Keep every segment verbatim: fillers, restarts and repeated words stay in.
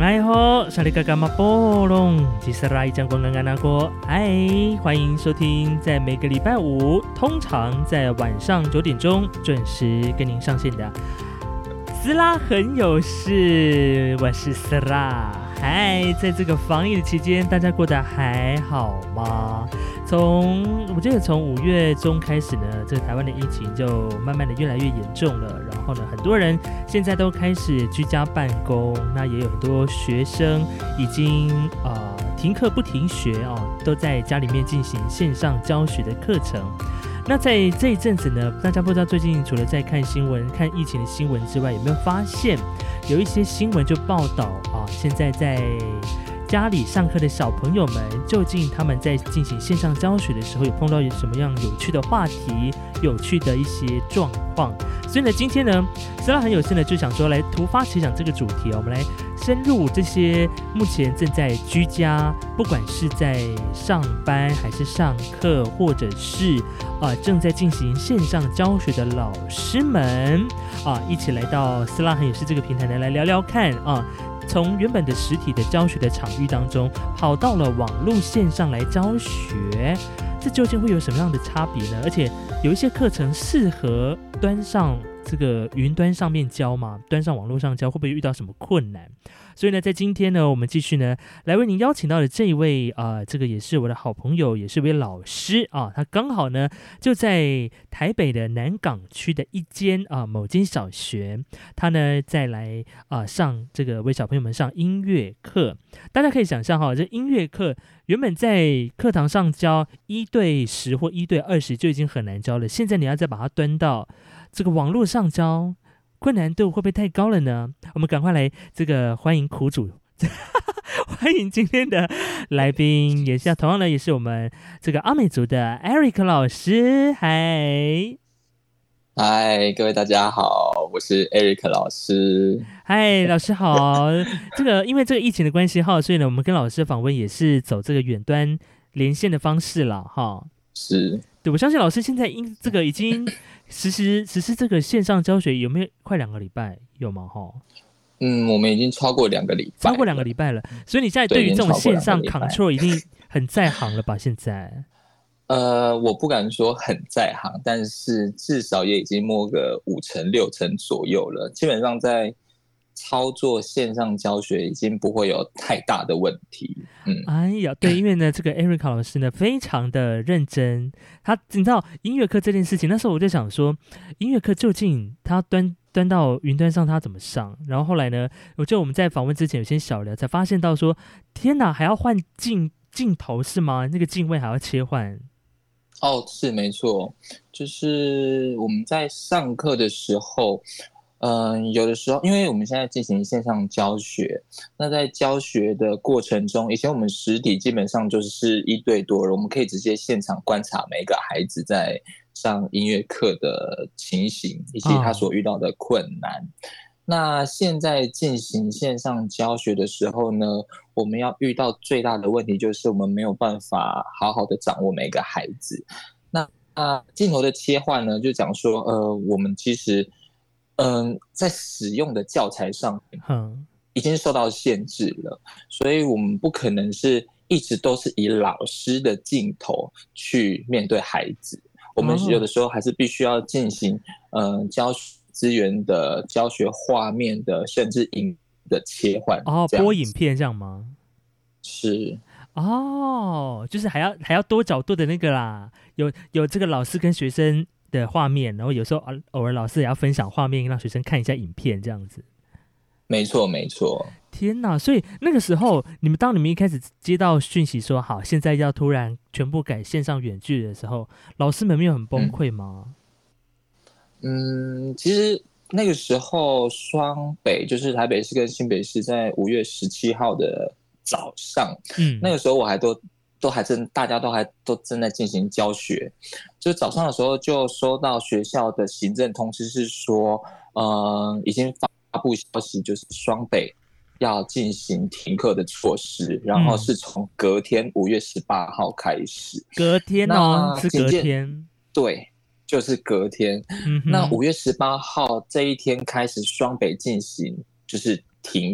哎吼，沙里嘎嘎马波隆，吉斯拉伊将光刚刚那过，嗨，欢迎收听，在每个礼拜五，通常在晚上九点钟准时跟您上线的斯拉很有事，我是斯拉。嗨，在这个防疫的期间，大家过得还好吗？从我记得从五月中开始呢，这个台湾的疫情就慢慢的越来越严重了。然后呢，很多人现在都开始居家办公，那也有很多学生已经呃停课不停学哦，都在家里面进行线上教学的课程。那在这一阵子呢，大家不知道最近除了在看新闻、看疫情的新闻之外，有没有发现有一些新闻就报道啊，现在在家里上课的小朋友们，究竟他们在进行线上教学的时候，有碰到什么样有趣的话题、有趣的一些状况？所以呢，今天呢，斯拉很有事呢，就想说来突发奇想这个主题哦，我们来深入这些目前正在居家，不管是在上班还是上课，或者是呃正在进行线上教学的老师们啊，一起来到斯拉很有事这个平台呢，来聊聊看啊。从原本的实体的教学的场域当中，跑到了网络线上来教学，这究竟会有什么样的差别呢？而且有一些课程适合端上这个云端上面教吗？端上网络上教会不会遇到什么困难？所以呢，在今天呢，我们继续呢来为您邀请到的这一位啊、呃，这个也是我的好朋友，也是位老师啊，他刚好呢就在台北的南港区的一间啊、呃、某间小学，他呢再来啊、呃、上这个为小朋友们上音乐课。大家可以想象哈，这音乐课原本在课堂上教一对十或一对二十就已经很难教了，现在你要再把它端到这个网络上教，困难度会不会太高了呢？我们赶快来这个欢迎苦主欢迎今天的来宾，也是同样的也是我们这个阿美族的 Eric 老师。嗨嗨，各位大家好，我是 Eric 老师。 嗨，老师好。这个因为这个疫情的关系哈，所以呢，我们跟老师访问也是走这个远端连线的方式了哈。 是， 对，我相信老师现在因这个已经实施实施这个线上教学，有没有快两个礼拜？有吗？哈， 嗯，我们已经超过两个礼拜， 超过两个礼拜了。所以你现在对于这种线上 control 一定很在行了吧？现在？ 呃，我不敢说很在行，但是至少也已经摸个五成六成左右了。基本上在操作线上教学已经不会有太大的问题。嗯， 哎呀，对，因为呢，这个 Eric 老师呢非常的认真。他你知道音乐课这件事情，那时候我就想说，音乐课究竟他端端到云端上他怎么上？然后后来呢，我觉得我们在访问之前有些小聊，才发现到说，天哪，还要换镜镜头是吗？那个镜位还要切换。 哦，是没错，就是我们在上课的时候，嗯、呃，有的时候，因为我们现在进行线上教学，那在教学的过程中，以前我们实体基本上就是一对多，我们可以直接现场观察每个孩子在上音乐课的情形，以及他所遇到的困难。哦，那现在进行线上教学的时候呢，我们要遇到最大的问题就是我们没有办法好好的掌握每个孩子。那那镜头的切换呢，就讲说，呃，我们其实，嗯、呃，在使用的教材上已经受到限制了，所以我们不可能是一直都是以老师的镜头去面对孩子，我们有的时候还是必须要进行，呃，教学资源的教学画面的，甚至影的切换。 哦，播影片这样吗？ 是。 哦，就是还要还要多角度的那个啦，有有这个老师跟学生的画面，然后有时候偶尔老师也要分享画面，让学生看一下影片这样子。 没错，没错。 天哪！所以那个时候，你们当你们一开始接到讯息说好，现在要突然全部改线上远距的时候，老师们没有很崩溃吗？ 嗯，嗯，其实那个时候双北就是台北市跟新北市在五月十七号的早上，嗯，那个时候我还都都还正大家都还都正在进行教学，就早上的时候就收到学校的行政通知是说，呃，已经发布消息，就是双北要进行停课的措施，然后是从隔天五月十八号开始。 隔天哦，是隔天， 对。就是隔天，嗯、那五月十八号这一天开始，双北进行就是停课，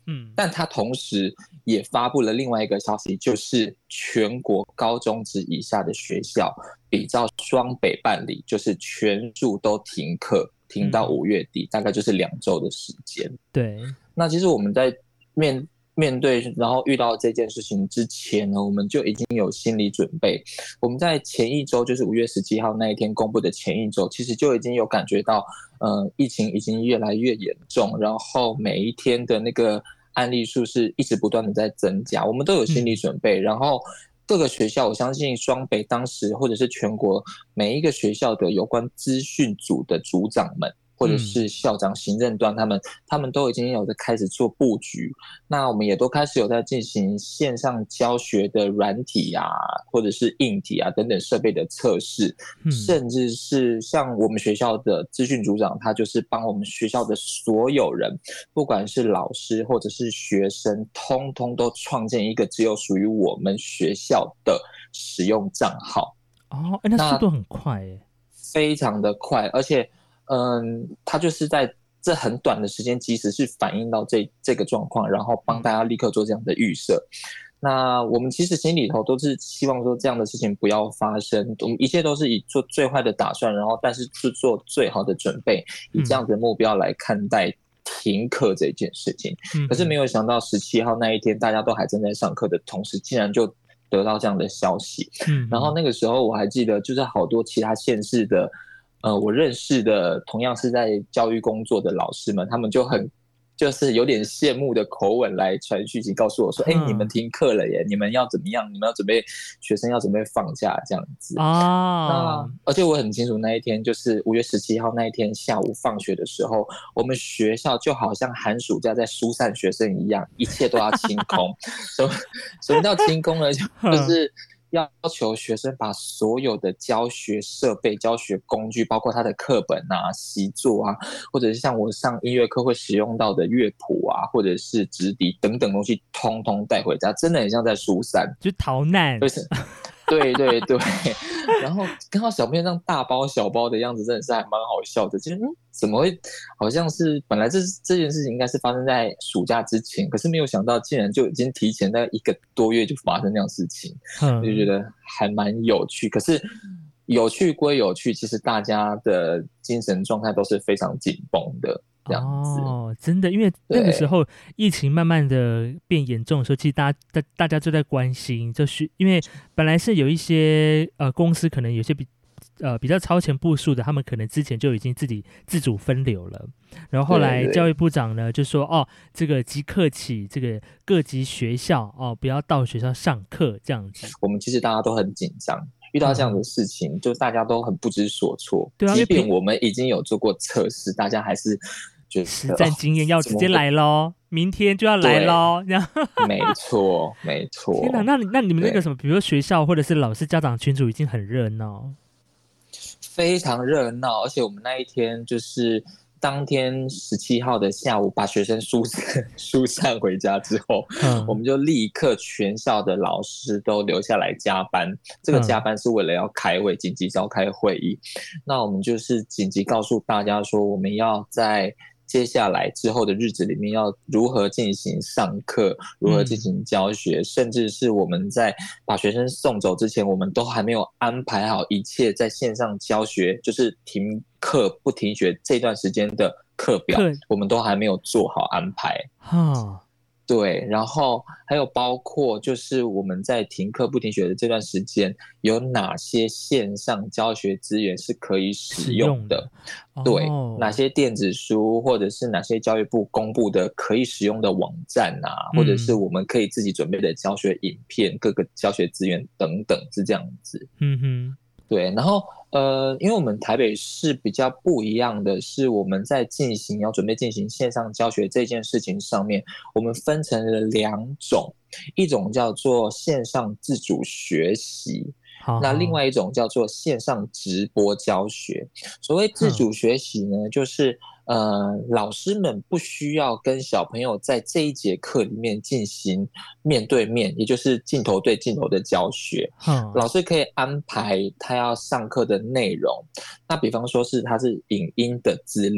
嗯，但他同时也发布了另外一个消息，就是全国高中职以下的学校比照双北办理，就是全数都停课，停到五月底，嗯、大概就是两周的时间。 对， 那其实我们在面面对，然后遇到这件事情之前呢，我们就已经有心理准备。我们在前一周，就是五月十七号那一天公布的前一周，其实就已经有感觉到，呃，疫情已经越来越严重，然后每一天的那个案例数是一直不断的在增加，我们都有心理准备。嗯、然后各个学校，我相信双北当时或者是全国每一个学校的有关资讯组的组长们，或者是校长、行政端，他们他们都已经有在开始做布局。那我们也都开始有在进行线上教学的软体啊，或者是硬体啊等等设备的测试，嗯、甚至是像我们学校的资讯组长，他就是帮我们学校的所有人，不管是老师或者是学生，通通都创建一个只有属于我们学校的使用账号。 哦，欸、那速度很快耶， 非常的快，而且。嗯，他就是在这很短的时间，即使是反映到这这个状况，然后帮大家立刻做这样的预设。那我们其实心里头都是希望说这样的事情不要发生，我们一切都是以做最坏的打算，然后但是是做最好的准备，以这样的目标来看待停课这件事情。嗯、可是没有想到十七号那一天，大家都还正在上课的同时，竟然就得到这样的消息。嗯、然后那个时候我还记得，就是好多其他县市的。呃，我认识的同样是在教育工作的老师们，他们就很就是有点羡慕的口吻来传讯息告诉我说：“哎、嗯，你们停课了耶，你们要怎么样？你们要准备学生要准备放假这样子啊。那而且我很清楚那一天就是五月十七号那一天下午放学的时候，我们学校就好像寒暑假在疏散学生一样，一切都要清空。什么什么叫清空呢？就是要求学生把所有的教学设备、教学工具，包括他的课本啊、习作啊，或者是像我上音乐课会使用到的乐谱啊，或者是直笛等等东西，通通带回家，真的很像在疏散， 就逃难。 对对对，然后看到小朋友这样大包小包的样子，真的是还蛮好笑的。就是、嗯、怎么会好像是本来这这件事情应该是发生在暑假之前，可是没有想到竟然就已经提前在一个多月就发生那样的事情，嗯、我就觉得还蛮有趣。可是有趣归有趣，其实大家的精神状态都是非常紧绷的。这样子哦，真的，因为那个时候疫情慢慢的变严重的时候，其实大家大大家就在关心，就是因为本来是有一些呃公司可能有些比呃比较超前部署的，他们可能之前就已经自己自主分流了，然后后来教育部长呢就说哦，这个即刻起这个各级学校哦不要到学校上课这样子。 我们其实大家都很紧张。遇到这样的事情，嗯、就大家都很不知所措。 对啊， 即便我们已经有做过测试，大家还是觉得实战经验要直接来咯，明天就要来咯。这样没错，没错。 天哪，那你那你们那个什么，比如说学校或者是老师家长群组已经很热闹， 非常热闹，而且我们那一天就是。当天十七号的下午，把学生疏散疏散回家之后，嗯、我们就立刻全校的老师都留下来加班。这个加班是为了要开会，紧急召开会议。那我们就是紧急告诉大家说，我们要在接下来之后的日子里面要如何进行上课，如何进行教学，嗯、甚至是我们在把学生送走之前，我们都还没有安排好一切在线上教学，就是停课不停学这段时间的课表，我们都还没有做好安排。 哈， 对，然后还有包括就是我们在停课不停学的这段时间，有哪些线上教学资源是可以使用的？ 用的对， 哦、 哪些电子书或者是哪些教育部公布的可以使用的网站啊，嗯、或者是我们可以自己准备的教学影片、各个教学资源等等，是这样子。 嗯哼。 对，然后呃，因为我们台北市比较不一样的是，我们在进行要准备进行线上教学这件事情上面，我们分成了两种，一种叫做线上自主学习，好好那另外一种叫做线上直播教学。所谓自主学习呢，嗯、就是呃，老师们不需要跟小朋友在这一节课里面进行面对面，也就是镜头对镜头的教学。嗯、老师可以安排他要上课的内容，那比方说是他是影音的资料，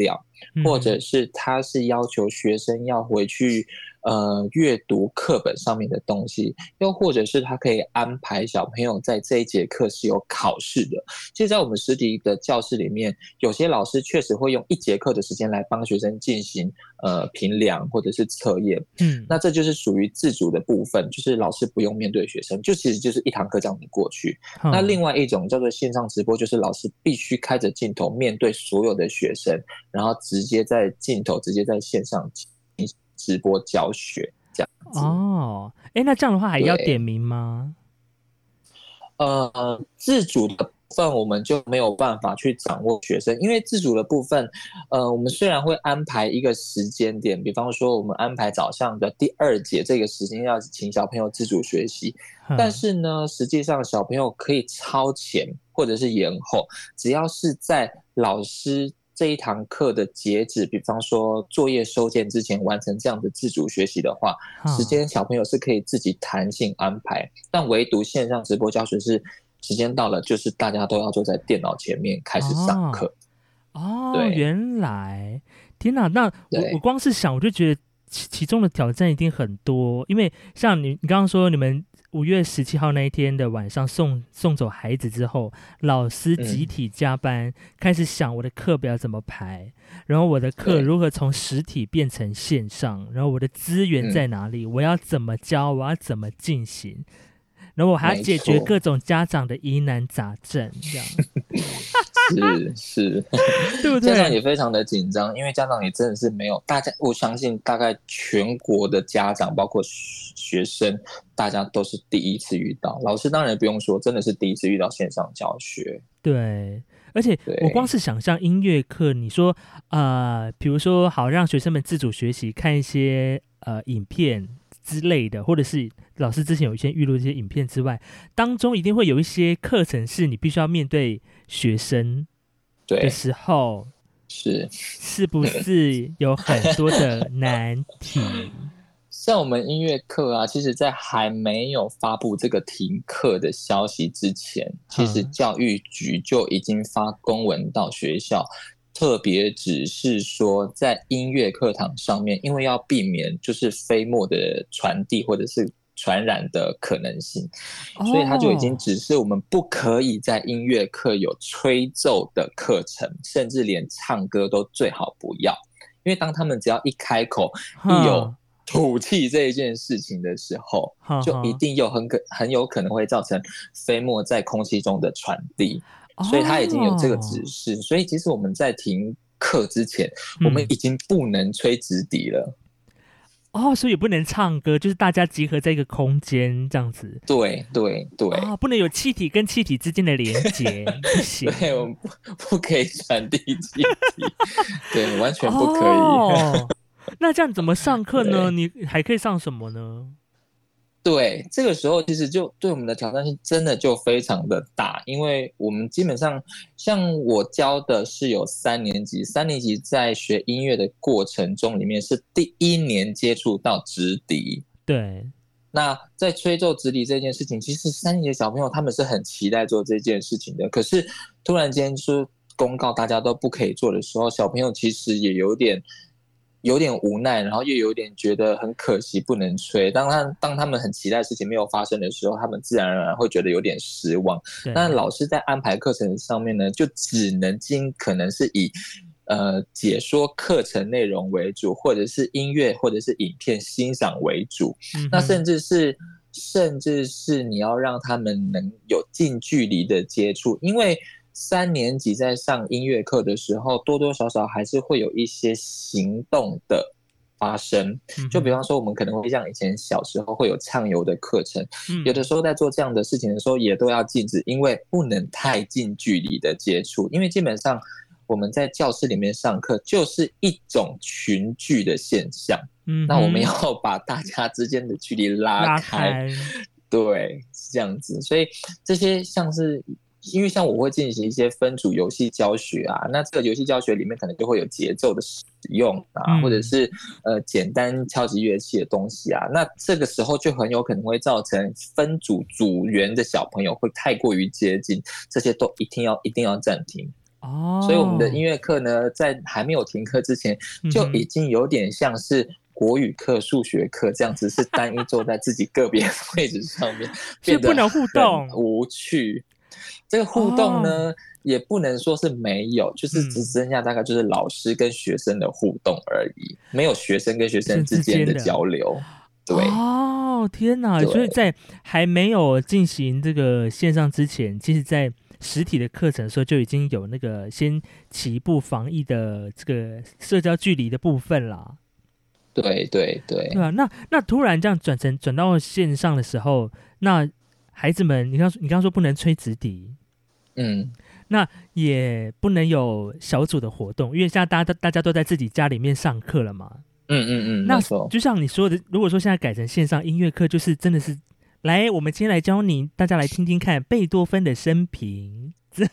或者是他是要求学生要回去呃阅读课本上面的东西，又或者是他可以安排小朋友在这一节课是有考试的。其实在我们实体的教室里面，有些老师确实会用一节课的时间来帮学生进行呃评量或者是测验，嗯，那这就是属于自主的部分，就是老师不用面对学生，就其实就是一堂课这样子过去。嗯、那另外一种叫做线上直播，就是老师必须开着镜头面对所有的学生，然后直接在镜头直接在线上直播教学这样子。 哦，哎，那这样的话还要点名吗？ 呃，自主的部分我们就没有办法去掌握学生，因为自主的部分，呃，我们虽然会安排一个时间点，比方说我们安排早上的第二节这个时间要请小朋友自主学习，嗯、但是呢，实际上小朋友可以超前或者是延后，只要是在老师这一堂课的截止，比方说作业收件之前完成这样的自主学习的话，时间小朋友是可以自己弹性安排，但唯独线上直播教学是时间到了就是大家都要坐在电脑前面开始上课。 哦，哦原来，天哪，那我我光是想我就觉得其其中的挑战一定很多，因为像你你刚刚说你们五月十七号那一天的晚上送送走孩子之后，老师集体加班、嗯、开始想我的课表怎么排，然后我的课如何从实体变成线上，然后我的资源在哪里、嗯、我要怎么教，我要怎么进行，然后我还要解决各种家长的疑难杂症，这样是是，对不对？家长也非常的紧张，因为家长也真的是没有大家，我相信大概全国的家长，包括学生，大家都是第一次遇到。老师当然不用说，真的是第一次遇到线上教学。 对，而且我光是想象音乐课，你说呃，比如说好让学生们自主学习，看一些呃影片之类的，或者是老师之前有一些预录这些影片之外，当中一定会有一些课程是你必须要面对学生的时候， 是是不是有很多的难题？ 像我们音乐课啊，其实在还没有发布这个停课的消息之前，其实教育局就已经发公文到学校，特别指示说在音乐课堂上面，因为要避免就是飞沫的传递或者是传染的可能性，所以他就已经指示我们不可以在音乐课有吹奏的课程，甚至连唱歌都最好不要，因为当他们只要一开口一有吐气这一件事情的时候，就一定有很可很有可能会造成飞沫在空气中的传递，所以他已经有这个指示，所以其实我们在停课之前、嗯、我们已经不能吹直笛了。 哦，所以也不能唱歌，就是大家集合在一个空间这样子。 对对对， 哦，不能有气体跟气体之间的连接，不行。 对，我们 不, 不可以传递气体，对，完全不可以。哦， 那这样怎么上课呢？你还可以上什么呢？ 对，这个时候其实就对我们的挑战性真的就非常的大，因为我们基本上像我教的是有三年级，三年级在学音乐的过程中里面是第一年接触到直笛。 对， 那在吹奏直笛这件事情，其实三年级的小朋友他们是很期待做这件事情的，可是突然间说公告大家都不可以做的时候，小朋友其实也有点有点无奈，然后又有点觉得很可惜不能吹。当他当他们很期待的事情没有发生的时候，他们自然而然会觉得有点失望。那老师在安排课程上面呢，就只能尽可能是以呃解说课程内容为主，或者是音乐或者是影片欣赏为主。嗯、那甚至是甚至是你要让他们能有近距离的接触，因为三年级在上音乐课的时候，多多少少还是会有一些行动的发生。就比方说，我们可能会像以前小时候会有唱游的课程，有的时候在做这样的事情的时候，也都要禁止，因为不能太近距离的接触。因为基本上我们在教室里面上课就是一种群聚的现象，嗯、那我们要把大家之间的距离拉开，拉开对，是这样子。所以这些像是。因为像我会进行一些分组游戏教学啊，那这个游戏教学里面可能就会有节奏的使用啊，嗯、或者是呃简单敲击乐器的东西啊，那这个时候就很有可能会造成分组组员的小朋友会太过于接近，这些都一定要一定要暂停。 哦， 所以我们的音乐课呢，在还没有停课之前，就已经有点像是国语课、数学课这样子，是单一坐在自己个别位置上面，变得不能互动， 很无趣。这个互动呢，哦、也不能说是没有，就是只剩下大概就是老师跟学生的互动而已，没有学生跟学生之间的交流。对， 哦，天哪！所以在还没有进行这个线上之前，其实在实体的课程的时候就已经有那个先起步防疫的这个社交距离的部分啦。 对对对， 对啊，那那突然这样转成转到线上的时候，那孩子们，你刚你刚刚说不能吹直笛， 嗯， 那也不能有小组的活动，因为现在大家大家都在自己家里面上课了嘛。 嗯嗯嗯， 那就像你说的，如果说现在改成线上音乐课，就是真的是来，我们今天来教你，大家来听听看贝多芬的生平，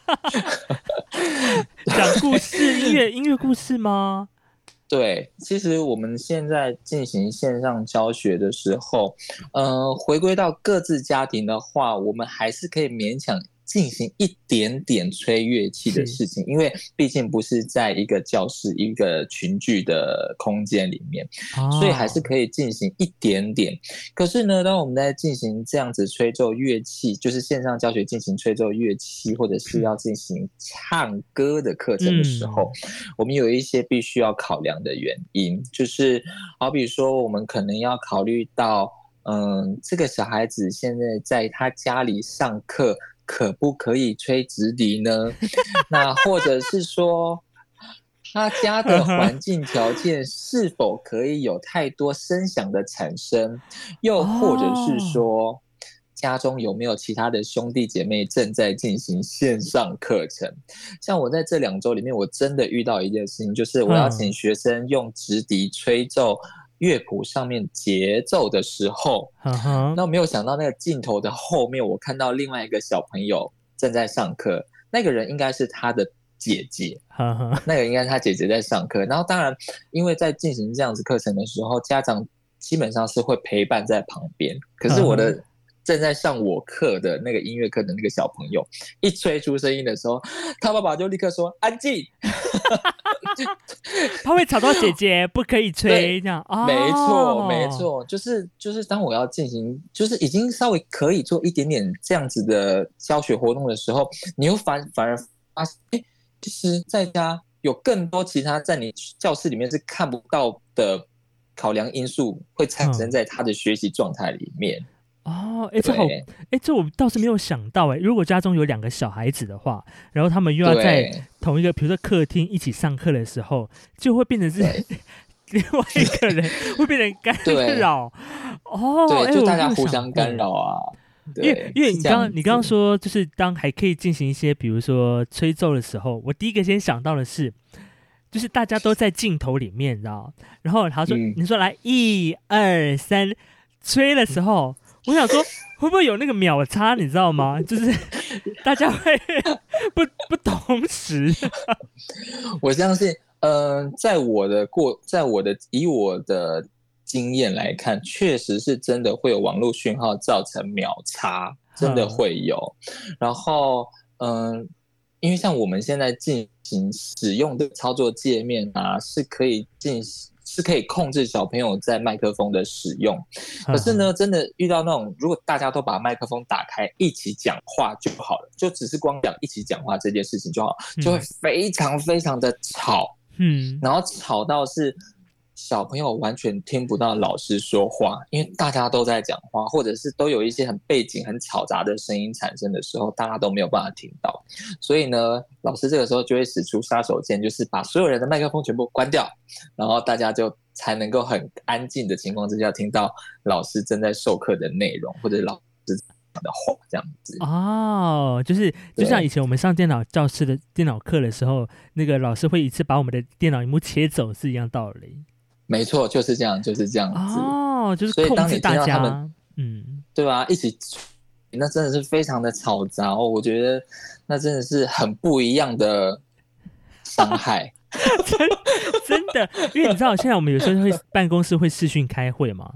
讲故事，音乐音乐故事吗？ 对，其实我们现在进行线上教学的时候，呃，回归到各自家庭的话，我们还是可以勉强进行一点点吹乐器的事情，因为毕竟不是在一个教室、一个群聚的空间里面，哦、所以还是可以进行一点点。可是呢，当我们在进行这样子吹奏乐器，就是线上教学进行吹奏乐器，或者是要进行唱歌的课程的时候，嗯、我们有一些必须要考量的原因，就是好比说，我们可能要考虑到，嗯，这个小孩子现在在他家里上课。可不可以吹直笛呢？那或者是说，他家的环境条件是否可以有太多声响的产生？又或者是说，家中有没有其他的兄弟姐妹正在进行线上课程？像我在这两周里面，我真的遇到一件事情，就是我要请学生用直笛吹奏乐谱上面节奏的时候，那、uh-huh. 没有想到那个镜头的后面，我看到另外一个小朋友正在上课，那个人应该是他的姐姐， uh-huh. 那个应该是他姐姐在上课。然后当然，因为在进行这样子课程的时候，家长基本上是会陪伴在旁边，可是我的、uh-huh.正在上我课的那个音乐课的那个小朋友，一吹出声音的时候，他爸爸就立刻说安静。 他会吵到姐姐，不可以吹这样。哦、 没错，没错，就是就是当我要进行，就是已经稍微可以做一点点这样子的教学活动的时候，你又反反而发现，哎，其实在家有更多其他在你教室里面是看不到的考量因素，会产生在他的学习状态里面。嗯哦，哎，这好，哎，这我倒是没有想到，哎，如果家中有两个小孩子的话，然后他们又要在同一个，比如说客厅一起上课的时候，就会变成是另外一个人会变成干扰。哦， 对，就大家互相干扰啊。 因为因为你刚你刚刚说，就是当还可以进行一些，比如说吹奏的时候，我第一个先想到的是，就是大家都在镜头里面，你知道？然后他说，嗯、你说来一二三，吹的时候。我想说，会不会有那个秒差？你知道吗？就是大家会不不同时。 我相信，嗯、呃，在我的过，在我的以我的经验来看，确实是真的会有网络讯号造成秒差，真的会有。嗯、然后，嗯、呃，因为像我们现在进行使用的操作界面啊，是可以进行。是可以控制小朋友在麦克风的使用，可是呢，真的遇到那种如果大家都把麦克风打开一起讲话就好了，就只是光讲一起讲话这件事情就好，就会非常非常的吵，嗯，然后吵到是小朋友完全听不到老师说话，因为大家都在讲话，或者是都有一些很背景很嘈杂的声音产生的时候，大家都没有办法听到，所以呢，老师这个时候就会使出杀手锏，就是把所有人的麦克风全部关掉，然后大家就才能够很安静的情况之下听到老师正在授课的内容，或者老师讲的话这样子。 哦，就是就像以前我们上电脑教室的电脑课的时候，那个老师会一次把我们的电脑萤幕切走是一样道理。 没错，就是这样，就是这样子。 哦，就是控制大家，所以当你听到他们，嗯， 对吧？一起，那真的是非常的嘈杂哦。我觉得那真的是很不一样的伤害。 真真的，因为你知道，现在我们有时候会办公室会视讯开会嘛，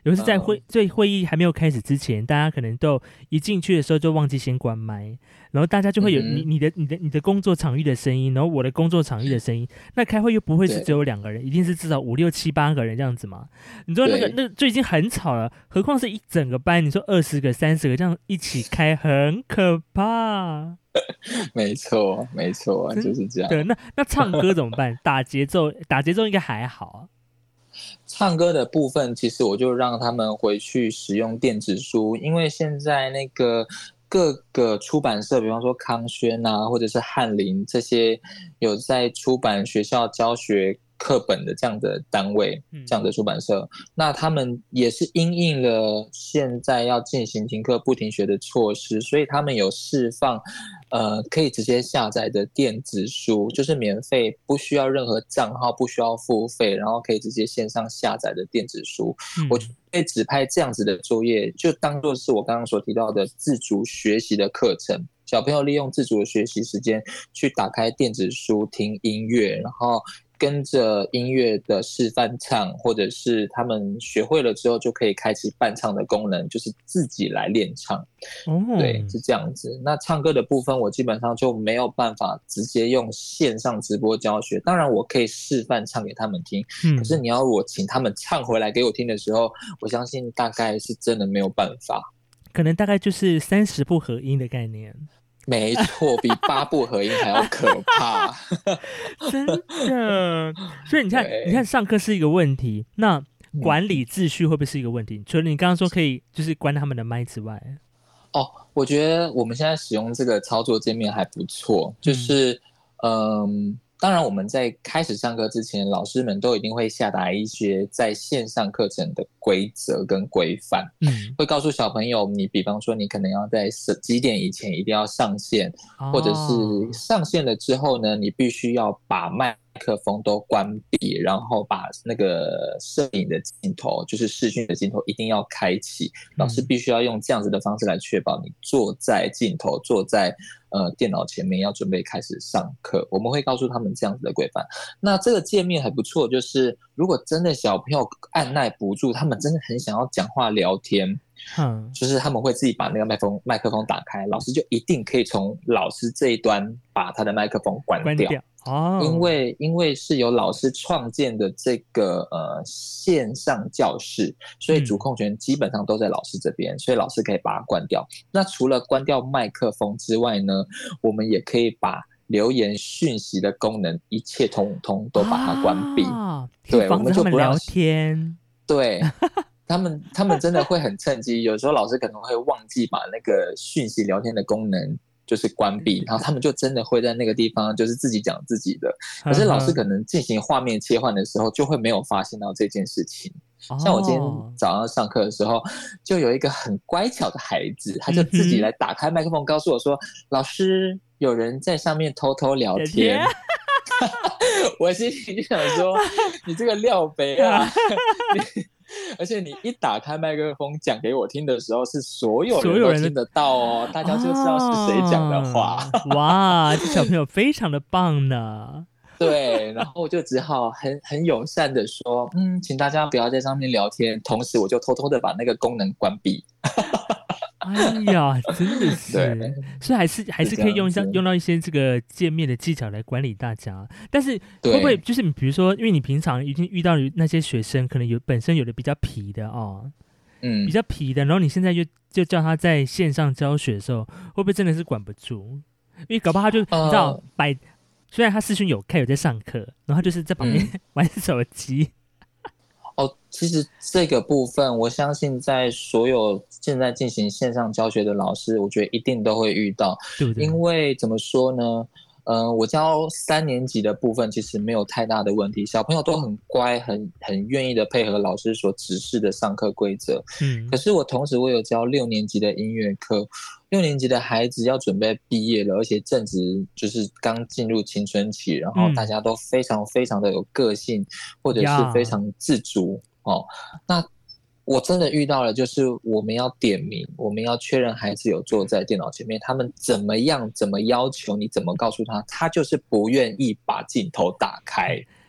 有时在会在会议还没有开始之前，大家可能都一进去的时候就忘记先关麦，然后大家就会有嗯你你的你的你的工作场域的声音，然后我的工作场域的声音，那开会又不会是只有两个人，一定是至少五六七八个人这样子嘛？你说那个那就已经很吵了，何况是一整个班，你说二十个三十个这样一起开，很可怕。 没错没错，就是这样。 对，那那唱歌怎么办？打节奏打节奏应该还好啊。 唱歌的部分，其实我就让他们回去使用电子书，因为现在那个各个出版社，比方说康轩啊，或者是翰林这些有在出版学校教学课本的这样的单位，这样的出版社，嗯、那他们也是因应了现在要进行停课不停学的措施，所以他们有释放，呃，可以直接下载的电子书，就是免费，不需要任何账号，不需要付费，然后可以直接线上下载的电子书。嗯、我会指派这样子的作业，就当作是我刚刚所提到的自主学习的课程。小朋友利用自主的学习时间去打开电子书听音乐，然后跟着音乐的示范唱，或者是他们学会了之后就可以开启伴唱的功能，就是自己来练唱。哦、对，是这样子。那唱歌的部分我基本上就没有办法直接用线上直播教学，当然我可以示范唱给他们听，嗯、可是你要我请他们唱回来给我听的时候，我相信大概是真的没有办法， 可能大概就是三十不合音的概念。 没错，比八部合音还要可怕。 真的。所以你看你看上课是一个问题，那管理秩序会不会是一个问题？除了你刚刚说可以就是关他们的麦之外， 哦，我觉得我们现在使用这个操作界面还不错，就是嗯。嗯当然我们在开始上课之前，老师们都一定会下达一些在线上课程的规则跟规范，嗯，会告诉小朋友，你比方说你可能要在几点以前一定要上线，哦、或者是上线了之后呢，你必须要把麦克风都关闭，然后把那个摄影的镜头，就是视讯的镜头一定要开启，老师必须要用这样子的方式来确保你坐在镜头，坐在呃电脑前面要准备开始上课，我们会告诉他们这样子的规范。那这个界面还不错，就是如果真的小朋友按耐不住，他们真的很想要讲话聊天，嗯，就是他们会自己把那个麦克风麦克风打开，老师就一定可以从老师这一端把他的麦克风关掉。关掉哦、因为因为是由老师创建的这个呃线上教室，所以主控权基本上都在老师这边，嗯、所以老师可以把它关掉。那除了关掉麦克风之外呢，我们也可以把留言讯息的功能一切通通都把它关闭，啊、对，我们就不让聊天， 对。他们他们真的会很趁机，有时候老师可能会忘记把那个讯息聊天的功能就是关闭，然后他们就真的会在那个地方就是自己讲自己的，可是老师可能进行画面切换的时候就会没有发现到这件事情。像我今天早上上课的时候，就有一个很乖巧的孩子，他就自己来打开麦克风告诉我说，老师有人在上面偷偷聊天。我心里就想说，你这个料杯啊而且你一打开麦克风讲给我听的时候，是所有人都听得到哦，大家就知道是谁讲的话。 啊、哇，这小朋友非常的棒呢。 对，然后我就只好很很友善的说，嗯，请大家不要在上面聊天，同时我就偷偷的把那个功能关闭。 哎呀，真的是，所以还是还是可以用上用到一些这个界面的技巧来管理大家。但是会不会就是你比如说，因为你平常已经遇到那些学生，可能有本身有的比较皮的哦，嗯，比较皮的，然后你现在就就叫他在线上教学的时候，会不会真的是管不住？因为搞不好他就、呃、你知道摆，虽然他视讯有开有在上课，然后他就是在旁边、嗯、玩手机。 哦，其实这个部分，我相信在所有现在进行线上教学的老师，我觉得一定都会遇到，对不对？因为怎么说呢？呃，我教三年级的部分其实没有太大的问题，小朋友都很乖，很很愿意的配合老师所指示的上课规则。嗯，可是我同时我有教六年级的音乐课，六年级的孩子要准备毕业了，而且正值就是刚进入青春期，然后大家都非常非常的有个性，或者是非常自主哦。那我真的遇到了，就是我们要点名，我们要确认孩子有坐在电脑前面，他们怎么样，怎么要求你，怎么告诉他，他就是不愿意把镜头打开。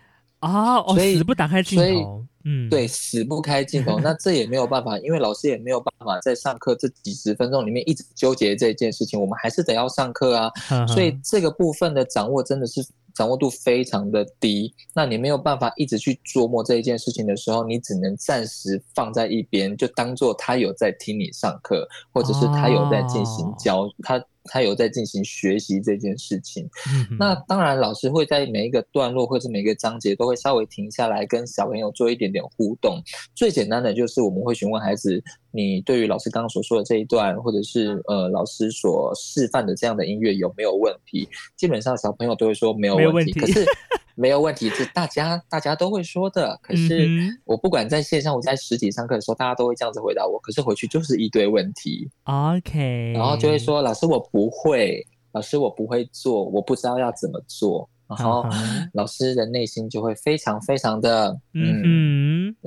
啊，哦，死不打开镜头， 嗯，对，死不开镜头，那这也没有办法，因为老师也没有办法在上课这几十分钟里面一直纠结这件事情，我们还是得要上课啊，所以这个部分的掌握真的是掌握度非常的低，那你没有办法一直去琢磨这一件事情的时候，你只能暂时放在一边，就当做他有在听你上课，或者是他有在进行教、哦、他他有在进行学习这件事情、嗯、那当然老师会在每一个段落或者每一个章节都会稍微停下来跟小朋友做一点点互动，最简单的就是我们会询问孩子，你对于老师刚刚所说的这一段或者是呃老师所示范的这样的音乐有没有问题，基本上小朋友都会说没有问题，可是没有问题是大家大家都会说的，可是我不管在线上我在实体上课的时候大家都会这样子回答我，可是回去就是一堆问题 OK， 然后就会说老师我不会，老师我不会做，我不知道要怎么做，然后老师的内心就会非常非常的嗯, 嗯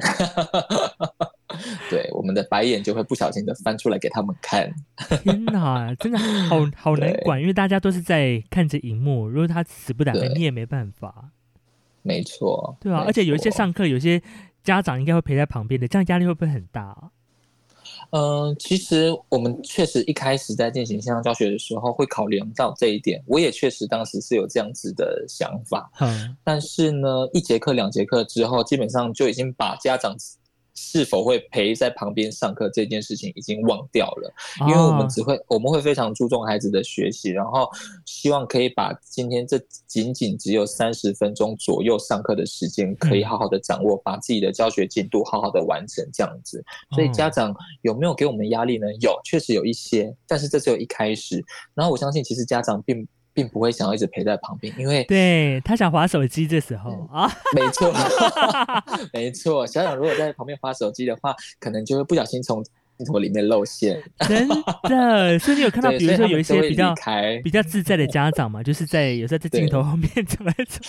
对，我们的白眼就会不小心的翻出来给他们看。 天哪，真的好好难管，因为大家都是在看着荧幕，如果他死不打开你也没办法。 没错， 对啊，而且有一些上课有些家长应该会陪在旁边的，这样压力会不会很大啊？ 嗯、呃，其实我们确实一开始在进行线上教学的时候会考量到这一点，我也确实当时是有这样子的想法、嗯、但是呢一节课两节课之后基本上就已经把家长是否会陪在旁边上课这件事情已经忘掉了，因为我们只会、哦、我们会非常注重孩子的学习，然后希望可以把今天这仅仅只有三十分钟左右上课的时间可以好好的掌握、嗯、把自己的教学进度好好的完成这样子，所以家长有没有给我们压力呢？有，确实有一些，但是这只有一开始，然后我相信其实家长并并不会想要一直陪在旁边，因为对他想滑手机这时候、嗯、啊， 没错没错，小小如果在旁边滑手机的话可能就会不小心从镜头里面露馅， 真的。所以你有看到比如说有一些比较比较自在的家长嘛，就是在有时候在镜头后面走来走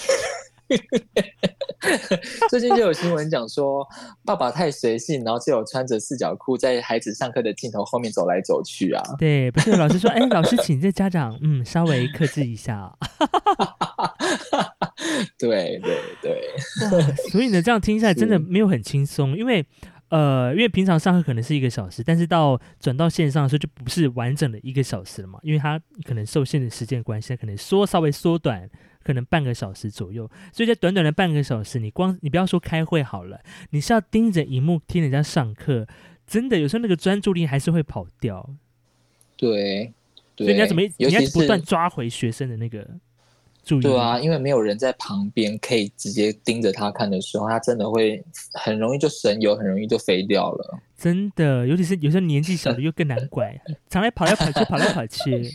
最近就有新闻讲说爸爸太随性，然后只有穿着四角裤在孩子上课的镜头后面走来走去啊。 对，不是有老师说哎，老师请这家长嗯稍微克制一下对对对， 哇，所以呢这样听下来真的没有很轻松，因为呃，因为平常上课可能是一个小时，但是到转到线上的时候就不是完整的一个小时了嘛，因为它可能受限的时间关系，可能缩稍微缩短，可能半个小时左右，所以在短短的半个小时，你光你不要说开会好了，你是要盯着荧幕听人家上课，真的有时候那个专注力还是会跑掉。 对，对， 所以你要怎么你要不断抓回学生的那个注意力。 对啊，因为没有人在旁边可以直接盯着他看的时候，他真的会很容易就神游，很容易就飞掉了。 真的，尤其是有时候年纪小的又更难拐，常来跑来跑去，跑来跑去。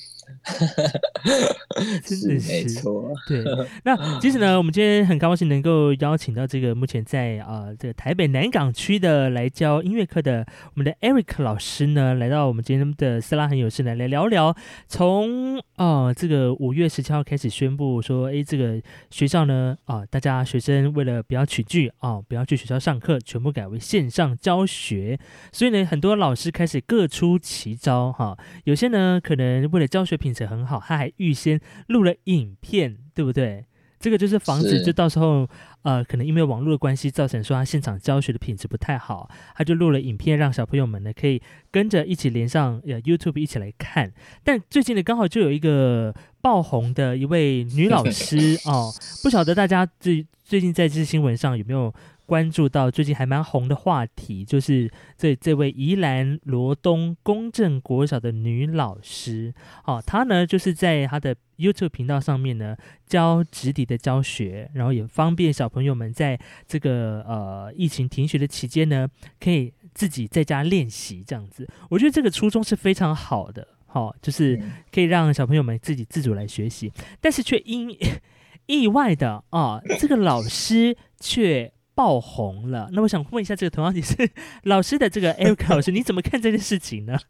真的是没错， 对。那其实呢，我们今天很高兴能够邀请到这个目前在啊、呃、这个台北南港区的来教音乐课的我们的 Eric 老师呢，来到我们今天的斯拉很有事呢，来聊聊从啊、呃、这个五月十七号开始宣布说，哎，这个学校呢啊、呃、大家学生为了不要群聚啊、呃，不要去学校上课，全部改为线上教学，所以呢，很多老师开始各出奇招哈，有些呢可能为了教学品质很好，他还预先录了影片，对不对？这个就是防止就到时候呃，可能因为网络的关系造成说他现场教学的品质不太好，他就录了影片让小朋友们呢可以跟着一起连上、呃、YouTube 一起来看。但最近呢刚好就有一个爆红的一位女老师哦，不晓得大家最最近在这新闻上有没有关注到最近还蛮红的话题，就是这这位宜兰罗东公正国小的女老师，哦，她呢就是在她的 YouTube 频道上面呢教直笛的教学，然后也方便小朋友们在这个呃疫情停学的期间呢，可以自己在家练习这样子。我觉得这个初衷是非常好的，哦，就是可以让小朋友们自己自主来学习，但是却因意外的啊，这个老师却爆红了。那我想问一下，这个同样也是老师的这个 Eric 老师，你怎么看这件事情呢？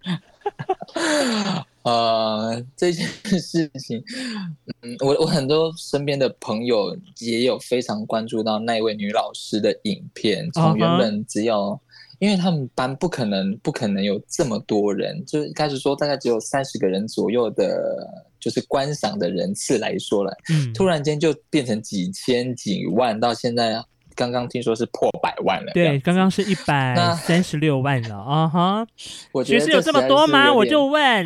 呃，这件事情，嗯，我我很多身边的朋友也有非常关注到那一位女老师的影片，从原本只有。Uh-huh.因为他们班不可能不可能有这么多人，就是开始说大概只有三十个人左右的，就是观赏的人次来说了，嗯，突然间就变成几千几万，到现在刚刚听说是破百万了。 对，刚刚是一百三十六万了啊哈！ 我觉得学生有这么多吗？我就问，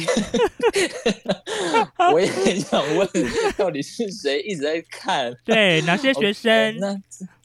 我也很想问，到底是谁一直在看？ 对，哪些学生？ okay, 那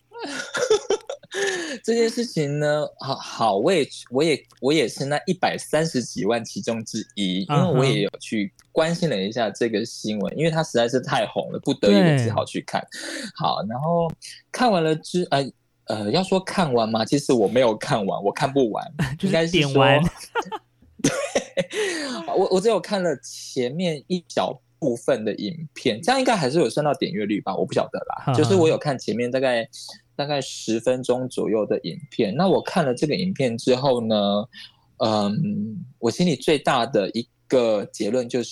这件事情呢，好好，我也我也我也是那一百三十几万其中之一，因为我也有去关心了一下这个新闻，因为它实在是太红了，不得已我只好去看。好，然后看完了之呃呃，要说看完吗？其实我没有看完，我看不完， 就是点完。 对，我我只有看了前面一小部分的影片，这样应该还是有算到点阅率吧？我不晓得啦，就是我有看前面大概。大概十分钟左右的影片，那我看了这个影片之后呢，嗯，我心里最大的一个结论就是，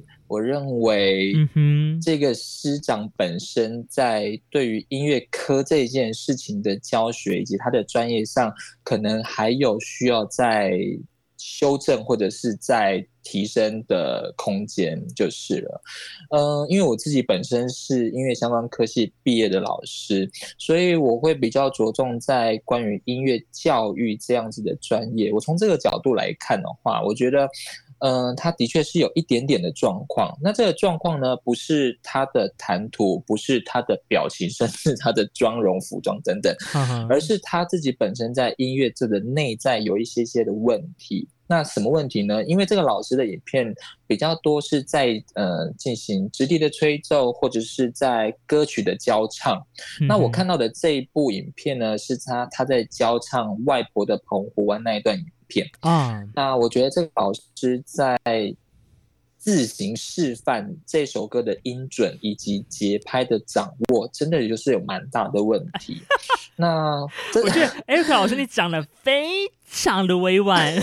我认为这个师长本身在对于音乐科这件事情的教学以及他的专业上，可能还有需要在修正或者是在提升的空间就是了。嗯，因为我自己本身是音乐相关科系毕业的老师，所以我会比较着重在关于音乐教育这样子的专业。我从这个角度来看的话，我觉得嗯，它的确是有一点点的状况。那这个状况呢，不是他的谈吐，不是他的表情，甚至他的妆容、服装等等，而是他自己本身在音乐这个内在有一些些的问题。那什么问题呢？因为这个老师的影片比较多是在呃进行直笛的吹奏，或者是在歌曲的教唱。嗯、那我看到的这一部影片呢，是他他在教唱外婆的澎湖湾那一段影片啊。那我觉得这个老师在自行示范这首歌的音准以及节拍的掌握，真的就是有蛮大的问题。那我觉得 Erica 老师你讲的非常的委婉。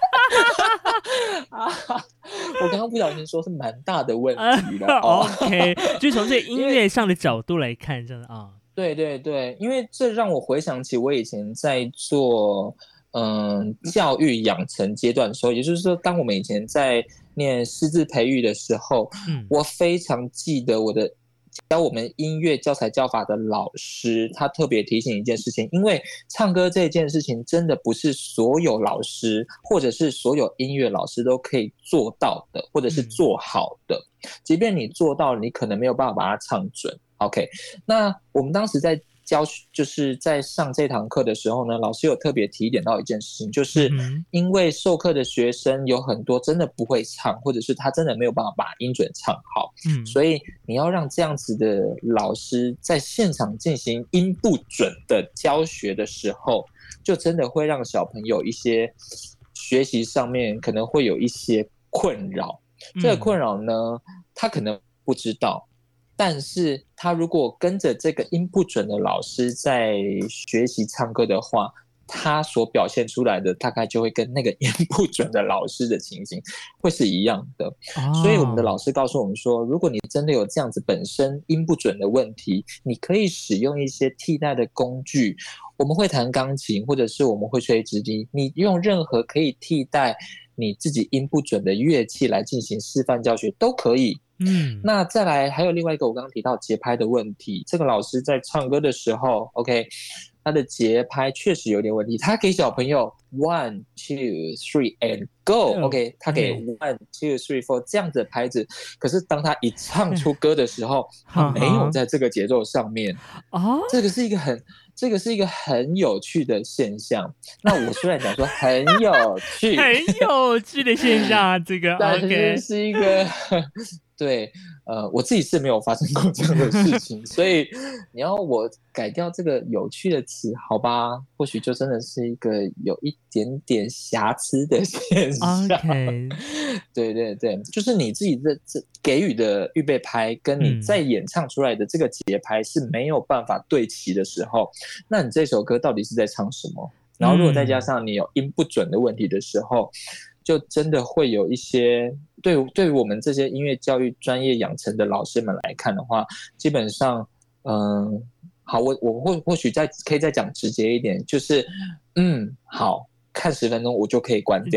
啊、我刚刚不小心说是蛮大的问题了。 哦、OK， 就从这音乐上的角度来看，真的啊。 对对对，因为这让我回想起我以前在做嗯教育养成阶段的时候，也就是说，当我们以前在念师资培育的时候，嗯、我非常记得我的。教我们音乐教材教法的老师，他特别提醒一件事情，因为唱歌这件事情真的不是所有老师或者是所有音乐老师都可以做到的，或者是做好的。嗯、即便你做到了，你可能没有办法把它唱准。OK， 那我们当时在教，就是在上这堂课的时候呢，老师有特别提点到一件事情，就是因为授课的学生有很多真的不会唱，或者是他真的没有办法把音准唱好，嗯，所以你要让这样子的老师在现场进行音不准的教学的时候，就真的会让小朋友一些学习上面可能会有一些困扰。这个困扰呢，他可能不知道。但是他如果跟着这个音不准的老师在学习唱歌的话，他所表现出来的大概就会跟那个音不准的老师的情形会是一样的。Oh. 所以我们的老师告诉我们说，如果你真的有这样子本身音不准的问题，你可以使用一些替代的工具。我们会弹钢琴，或者是我们会吹直笛，你用任何可以替代你自己音不准的乐器来进行示范教学都可以。嗯，那再来还有另外一个我刚刚提到节拍的问题，这个老师在唱歌的时候 OK， 他的节拍确实有点问题，他给小朋友 one two three and go OK， 他给 one two three four 这样子的拍子，可是当他一唱出歌的时候，他没有在这个节奏上面哦，这个是一个很这个是一个很有趣的现象。那我虽然讲说很有趣很有趣的现象啊，这个但是是一个对，呃，我自己是没有发生过这样的事情，所以你要我改掉这个有趣的词，好吧？或许就真的是一个有一点点瑕疵的现象。 Okay. 对对对，就是你自己的这给予的预备拍，跟你在演唱出来的这个节拍是没有办法对齐的时候，嗯、那你这首歌到底是在唱什么？然后如果再加上你有音不准的问题的时候，就真的会有一些对对于我们这些音乐教育专业养成的老师们来看的话，基本上，嗯，好，我我或或许再可以再讲直接一点，就是，嗯，好看十分钟我就可以关掉了。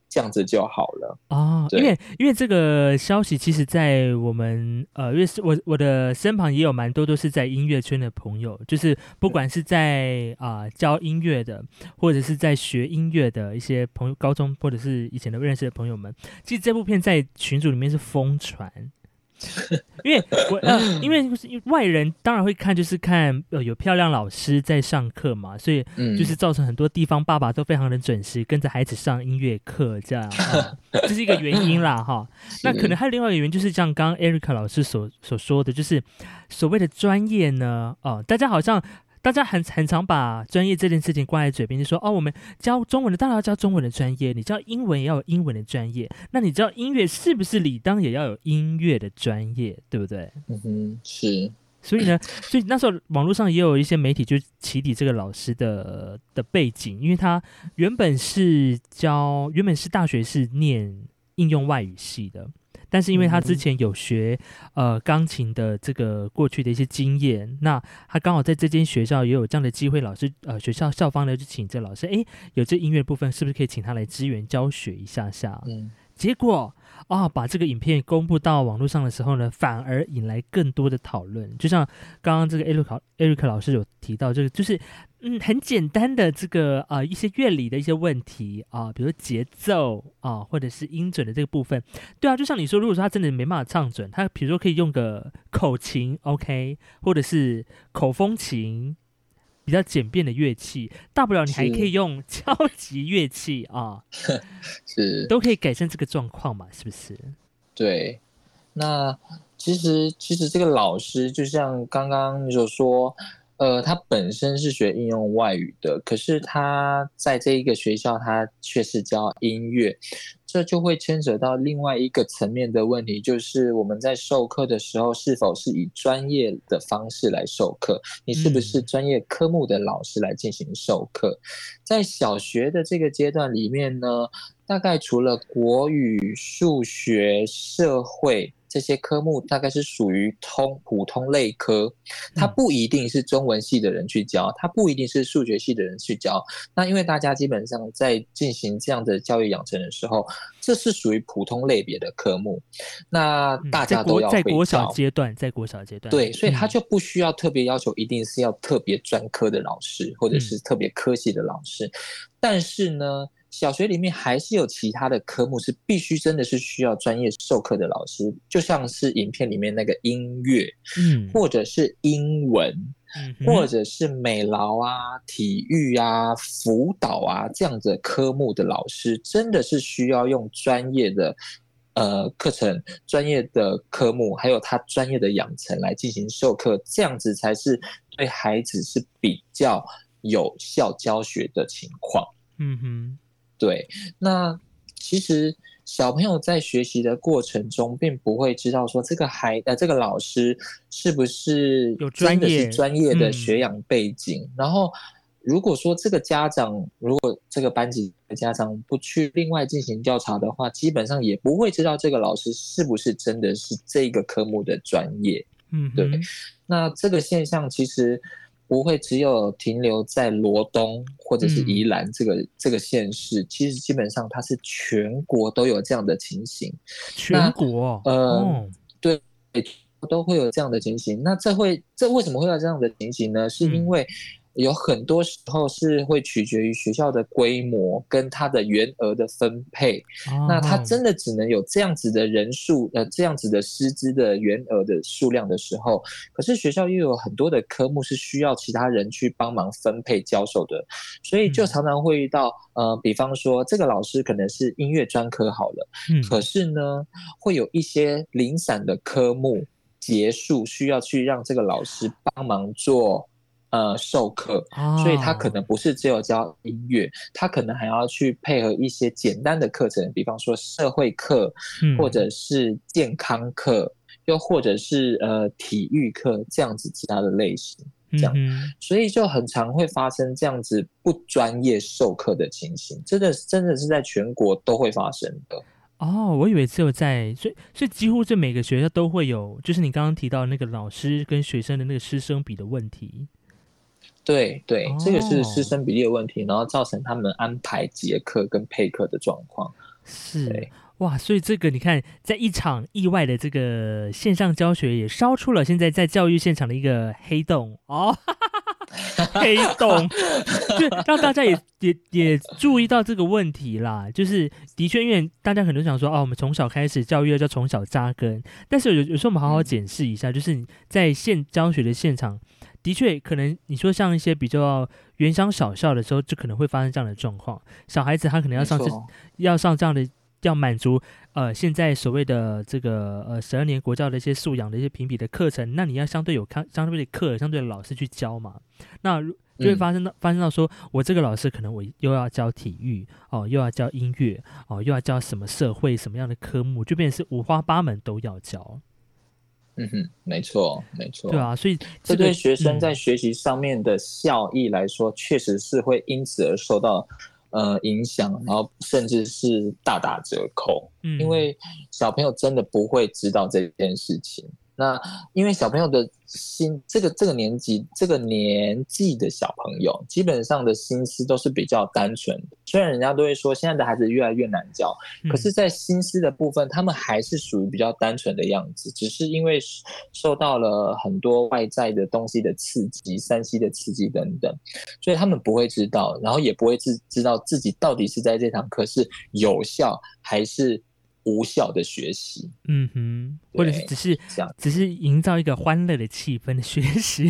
这样子就好了哦，因为因为这个消息，其实，在我们呃，因为是我我的身旁也有蛮多都是在音乐圈的朋友，就是不管是在啊、呃、教音乐的，或者是在学音乐的一些朋友，高中或者是以前的认识的朋友们，其实这部片在群组里面是疯传。因为我呃，因为外人当然会看，就是看呃有漂亮老师在上课嘛，所以就是造成很多地方爸爸都非常的准时跟着孩子上音乐课，这样啊，这是一个原因啦哈。那可能还有另外一个原因，就是像刚刚 Erica 老师所所说的，就是所谓的专业呢，哦、呃，大家好像。大家很很常把专业这件事情挂在嘴边，就说哦，我们教中文的当然要教中文的专业，你教英文也要有英文的专业，那你知道音乐是不是理当也要有音乐的专业，对不对？ 嗯哼，是。 所以呢，所以那时候网络上也有一些媒体就起底这个老师的的背景，因为他原本是教，原本是大学是念应用外语系的。但是因为他之前有学呃钢琴的这个过去的一些经验，那他刚好在这间学校也有这样的机会，老师呃学校校方呢就请这老师，哎，有这音乐部分是不是可以请他来支援教学一下下？嗯，结果啊、哦，把这个影片公布到网络上的时候呢，反而引来更多的讨论。就像刚刚这个 Eric Eric 老师有提到，这个就是嗯很简单的这个呃一些乐理的一些问题啊、呃，比如节奏啊、呃，或者是音准的这个部分。对啊，就像你说，如果说他真的没办法唱准，他比如说可以用个口琴 ，OK， 或者是口风琴。比较简便的乐器，大不了你还可以用敲击乐器啊， 是都可以改善这个状况嘛，是不是？ 对，那其实其实这个老师就像刚刚你所说，呃，他本身是学应用外语的，可是他在这一个学校，他却是教音乐。这就会牵扯到另外一个层面的问题，就是我们在授课的时候是否是以专业的方式来授课，你是不是专业科目的老师来进行授课。在小学的这个阶段里面呢，大概除了国语、数学、社会这些科目大概是属于通普通类科，它不一定是中文系的人去教，它不一定是数学系的人去教。那因为大家基本上在进行这样的教育养成的时候，这是属于普通类别的科目，那大家都要会教。 在国小阶段，在国小阶段， 对，所以他就不需要特别要求一定是要特别专科的老师，或者是特别科系的老师。但是呢，小学里面还是有其他的科目是必须真的是需要专业授课的老师，就像是影片里面那个音乐，嗯，或者是英文，嗯，或者是美劳啊、体育啊、辅导啊这样的科目的老师，真的是需要用专业的呃课程、专业的科目，还有他专业的养成来进行授课，这样子才是对孩子是比较有效教学的情况。嗯哼。对，那其实小朋友在学习的过程中，并不会知道说这个孩呃这个老师是不是真的是专业的学养背景。嗯、然后，如果说这个家长，如果这个班级的家长不去另外进行调查的话，基本上也不会知道这个老师是不是真的是这个科目的专业。嗯，对。那这个现象其实不会只有停留在罗东或者是宜兰这个、嗯、这个县市，其实基本上它是全国都有这样的情形。 全国， 呃、哦，对，都会有这样的情形。那这会这为什么会有这样的情形呢？是因为有很多时候是会取决于学校的规模跟它的员额的分配。哦、那它真的只能有这样子的人数，呃，这样子的师资的员额的数量的时候，可是学校又有很多的科目是需要其他人去帮忙分配教授的，所以就常常会遇到，呃，比方说这个老师可能是音乐专科好了，嗯、可是呢，会有一些零散的科目结束，需要去让这个老师帮忙做。呃，授课，所以他可能不是只有教音乐，他可能还要去配合一些简单的课程，比方说社会课，或者是健康课，又或者是呃体育课这样子其他的类型，这样，嗯、所以就很常会发生这样子不专业授课的情形，真的真的是在全国都会发生的。 哦，我以为只有在，所以所以几乎这每个学校都会有，就是你刚刚提到那个老师跟学生的那个师生比的问题。 对对，哦、这个是师生比例的问题，然后造成他们安排结课跟配课的状况。 是哇，所以这个你看，在一场意外的这个线上教学，也烧出了现在在教育现场的一个黑洞哦，黑洞，就让大家也也也注意到这个问题啦。就是的确，因为大家可能想说，哦，我们从小开始教育要从小扎根，但是有有时候我们好好检视一下，就是你在现教学的现场，的确可能你说像一些比较原乡小校的时候，就可能会发生这样的状况，小孩子他可能要上这要上这样的。要满足呃现在所谓的这个呃十二年国教的一些素养的一些评比的课程，那你要相对有看相对的课，相对的老师去教嘛，那就会发生到、嗯、发生到说，我这个老师可能我又要教体育哦，又要教音乐哦，又要教什么社会什么样的科目，就变成是五花八门都要教。 嗯哼，没错，没错， 对啊，所以、 这个、这对学生在学习上面的效益来说，嗯、确实是会因此而受到。呃，影响，然后甚至是大打折扣，嗯，因为小朋友真的不会知道这件事情。那因为小朋友的心，这个这个年纪，这个年纪的小朋友，基本上的心思都是比较单纯的。虽然人家都会说现在的孩子越来越难教，嗯、可是，在心思的部分，他们还是属于比较单纯的样子。只是因为受到了很多外在的东西的刺激，三 C 的刺激等等，所以他们不会知道，然后也不会知知道自己到底是在这堂课是有效还是无效的学习。 嗯哼，或者是只是只是营造一个欢乐的气氛的学习。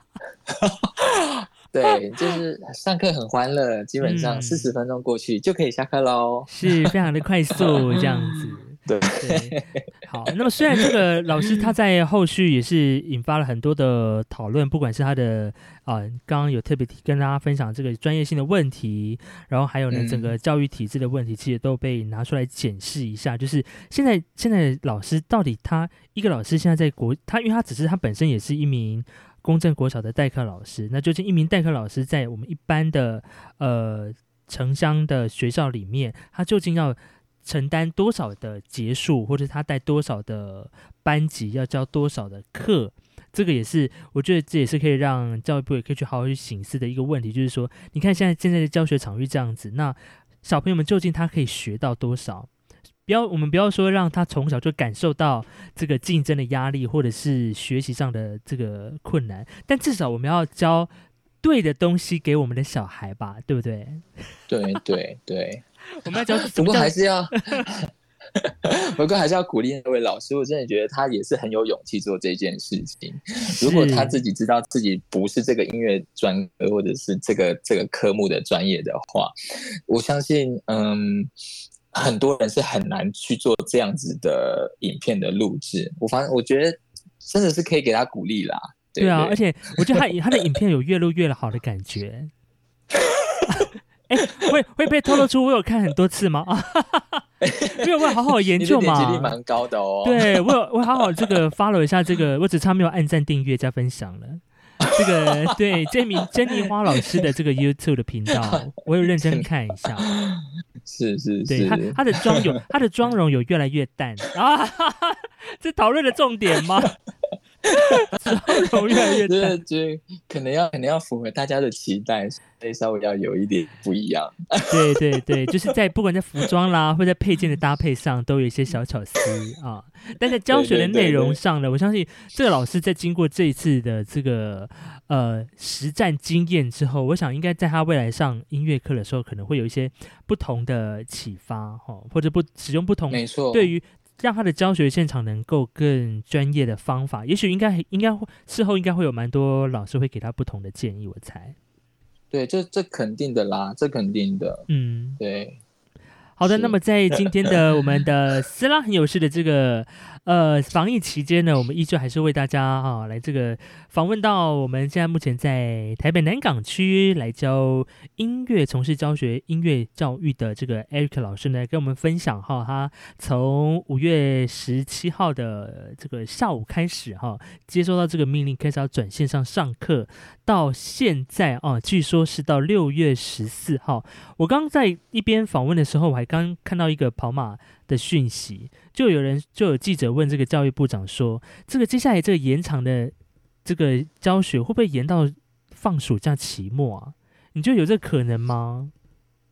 对，就是上课很欢乐，基本上四十分钟过去就可以下课喽， 嗯、是非常的快速这样子。 对, 对，好，那么虽然这个老师他在后续也是引发了很多的讨论，不管是他的啊，刚刚有特别跟大家分享这个专业性的问题，然后还有呢、嗯、整个教育体制的问题，其实都被拿出来检视一下。就是现在现在的老师到底他一个老师现在在国他，因为他只是他本身也是一名公正国小的代课老师，那究竟一名代课老师在我们一般的呃城乡的学校里面，他究竟要承担多少的节数，或者他带多少的班级，要教多少的课，这个也是我觉得这也是可以让教育部也可以去好好去省思的一个问题。就是说你看现在现在的教学场域这样子，那小朋友们究竟他可以学到多少，不要我们不要说让他从小就感受到这个竞争的压力，或者是学习上的这个困难，但至少我们要教对的东西给我们的小孩吧，对不对？对对对， 我们要教， 不过还是要，不过还是要鼓励那位老师。我真的觉得他也是很有勇气做这件事情。如果他自己知道自己不是这个音乐专科或者是这个这个科目的专业的话，我相信，嗯，很多人是很难去做这样子的影片的录制。我反正我觉得真的是可以给他鼓励啦。对, 对啊，而且我觉得 他, 他的影片有越录越好的感觉。哎，会会被透露出我有看很多次吗？因为我有好好研究嘛， 你的点击率蛮高的哦。 对，我有我好好这个 follow 一下这个，我只差没有按赞、订阅加分享了。这个对珍妮珍妮花老师的这个 YouTube 的频道，我有认真看一下。 是是是， 对他他的妆有他的妆容有越来越淡啊，这讨论的重点吗？妆容越来越淡， 就可能要可能要符合大家的期待，所以稍微要有一点不一样。 对对对，就是在不管在服装啦，或在配件的搭配上，都有一些小巧思啊。但在教学的内容上呢，对对对对，我相信这个老师在经过这一次的这个呃实战经验之后，我想应该在他未来上音乐课的时候，可能会有一些不同的启发哈，或者不使用不同， 没错， 对于让他的教学现场能够更专业的方法，也许应该应该事后应该会有蛮多老师会给他不同的建议，我猜。 对，这这肯定的啦，这肯定的，嗯，对。 好的，那么在今天的我们的斯拉很有事的这个呃防疫期间呢，我们依旧还是为大家啊来这个访问到我们现在目前在台北南港区来教音乐、从事教学音乐教育的这个 Eric 老师呢，跟我们分享哈，他从五月十七号的这个下午开始哈，接收到这个命令开始要转线上上课，到现在啊，据说是到六月十四号。我刚在一边访问的时候，我还刚看到一个跑马的讯息，就有人就有记者问这个教育部长说，这个接下来这个延长的这个教学会不会延到放暑假期末啊？你觉得有这可能吗？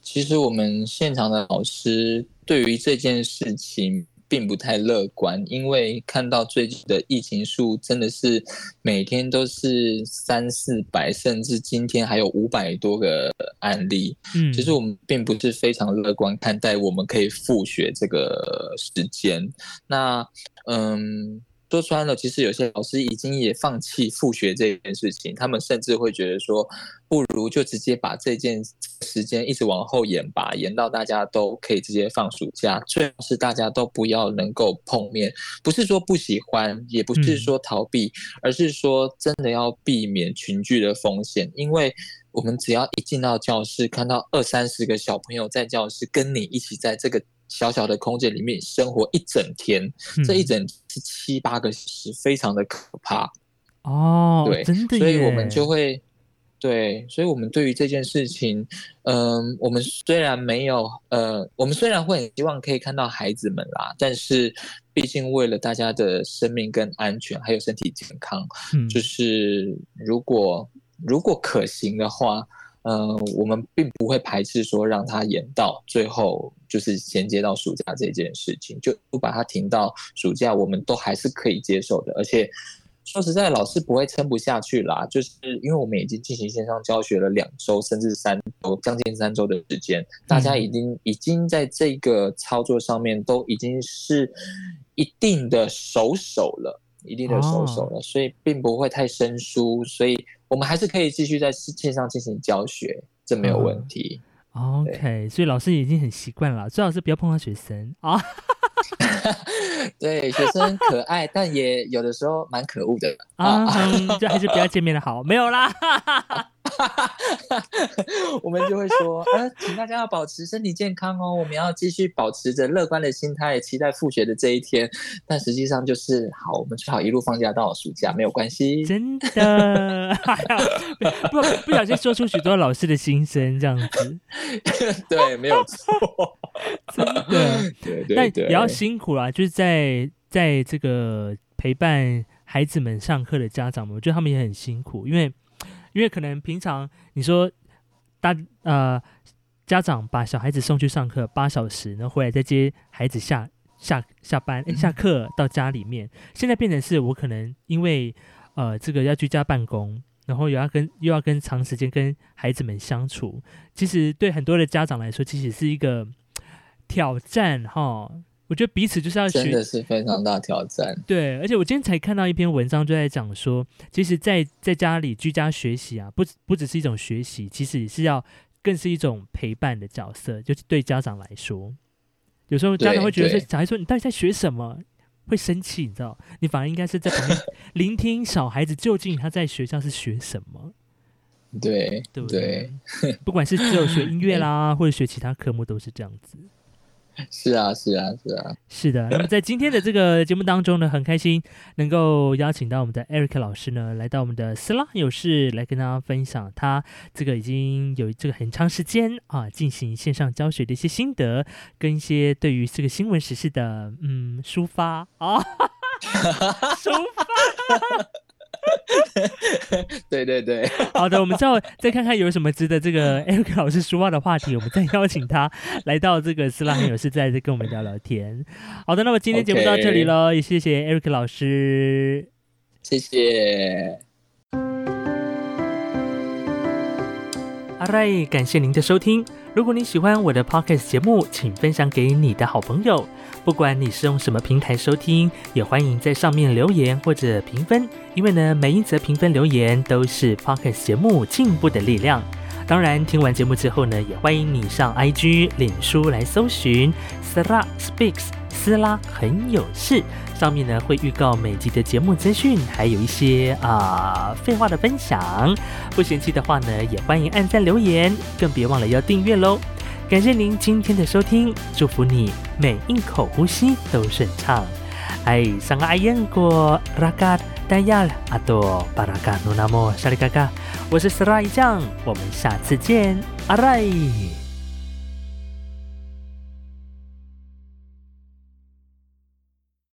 其实我们现场的老师对于这件事情并不太乐观，因为看到最近的疫情数真的是每天都是三四百，甚至今天还有五百多个案例。嗯，其实我们并不是非常乐观看待我们可以复学这个时间。那嗯。说穿了，其实有些老师已经也放弃复学这件事情，他们甚至会觉得说，不如就直接把这件时间一直往后延吧，延到大家都可以直接放暑假，最好是大家都不要能够碰面，不是说不喜欢，也不是说逃避，嗯、而是说真的要避免群聚的风险，因为我们只要一进到教室，看到二三十个小朋友在教室跟你一起在这个小小的空间里面生活一整天，嗯、这一整是七八个小时，非常的可怕哦。 对， 真的耶， 所以我们就会对，所以我们对于这件事情，嗯、呃，我们虽然没有，呃，我们虽然会很希望可以看到孩子们啦，但是毕竟为了大家的生命跟安全，还有身体健康，嗯、就是如果如果可行的话。呃，我们并不会排斥说让它延到最后，就是衔接到暑假这件事情，就把它停到暑假，我们都还是可以接受的。而且说实在，老师不会撑不下去啦，就是因为我们已经进行线上教学了两周，甚至三周，将近三周的时间，大家已经、嗯、已经在这个操作上面都已经是一定的熟手了。一定的熟手了，哦、所以并不会太生疏，所以我们还是可以继续在线上进行教学，这没有问题。 嗯、OK， 所以老师已经很习惯了，最好是不要碰到学生啊。 对，学生可爱，但也有的时候蛮可恶的啊，嗯、就还是不要见面的好，没有啦。 我们就会说，呃，请大家要保持身体健康哦，我们要继续保持着乐观的心态，期待复学的这一天。但实际上就是，好，我们最好一路放假到暑假，没有关系。 真的，不不小心说出许多老师的心声，这样子。 对，没有错， 真的。 对对对， 但也要辛苦啦，就是在在这个陪伴孩子们上课的家长们，我觉得他们也很辛苦，因为。因为可能平常你说大呃家长把小孩子送去上课八小时，然后回来再接孩子下下下班下课到家里面，现在变成是我可能因为呃这个要居家办公，然后又要跟又要跟长时间跟孩子们相处，其实对很多的家长来说，其实是一个挑战哈。我觉得彼此就是要学， 真的是非常大挑战。 对，而且我今天才看到一篇文章，就在讲说，其实在，在家里居家学习啊，不不只是一种学习，其实也是要更是一种陪伴的角色。就是对家长来说，有时候家长会觉得说，小孩说你到底在学什么，会生气，你知道？你反而应该是在旁边聆听小孩子究竟他在学校是学什么。 对， 对不对？对不管是只有学音乐啦，或者学其他科目，都是这样子。 是啊，是啊，是啊， 是的。那么在今天的这个节目当中呢，很开心能够邀请到我们的 Eric 老师呢，来到我们的斯拉有事来跟大家分享他这个已经有这个很长时间啊进行线上教学的一些心得，跟一些对于这个新闻时事的嗯抒发啊，抒发。 对对对， 好的，我们之后再看看有什么值得这个 Eric 老师抒发的话题，我们再邀请他来到这个斯拉很有事，再跟我们聊聊天。好的，那么今天节目到这里了， okay. 也谢谢 Eric 老师， 谢谢。 好嘞，感谢您的收听。如果你喜欢我的 Podcast 节目，请分享给你的好朋友。不管你是用什么平台收听，也欢迎在上面留言或者评分，因为呢，每一则评分留言都是 Podcast 节目进步的力量。当然，听完节目之后呢，也欢迎你上 I G、脸书来搜寻 Sara Speaks 斯拉很有事，上面呢会预告每集的节目资讯，还有一些啊、呃、废话的分享。不嫌弃的话呢，也欢迎按赞留言，更别忘了要订阅咯。感谢您今天的收听，祝福你每一口呼吸都顺畅。哎，上个阿燕过拉嘎大亚阿多巴拉嘎努纳莫沙里嘎嘎，我是斯拉一酱，我们下次见，阿来。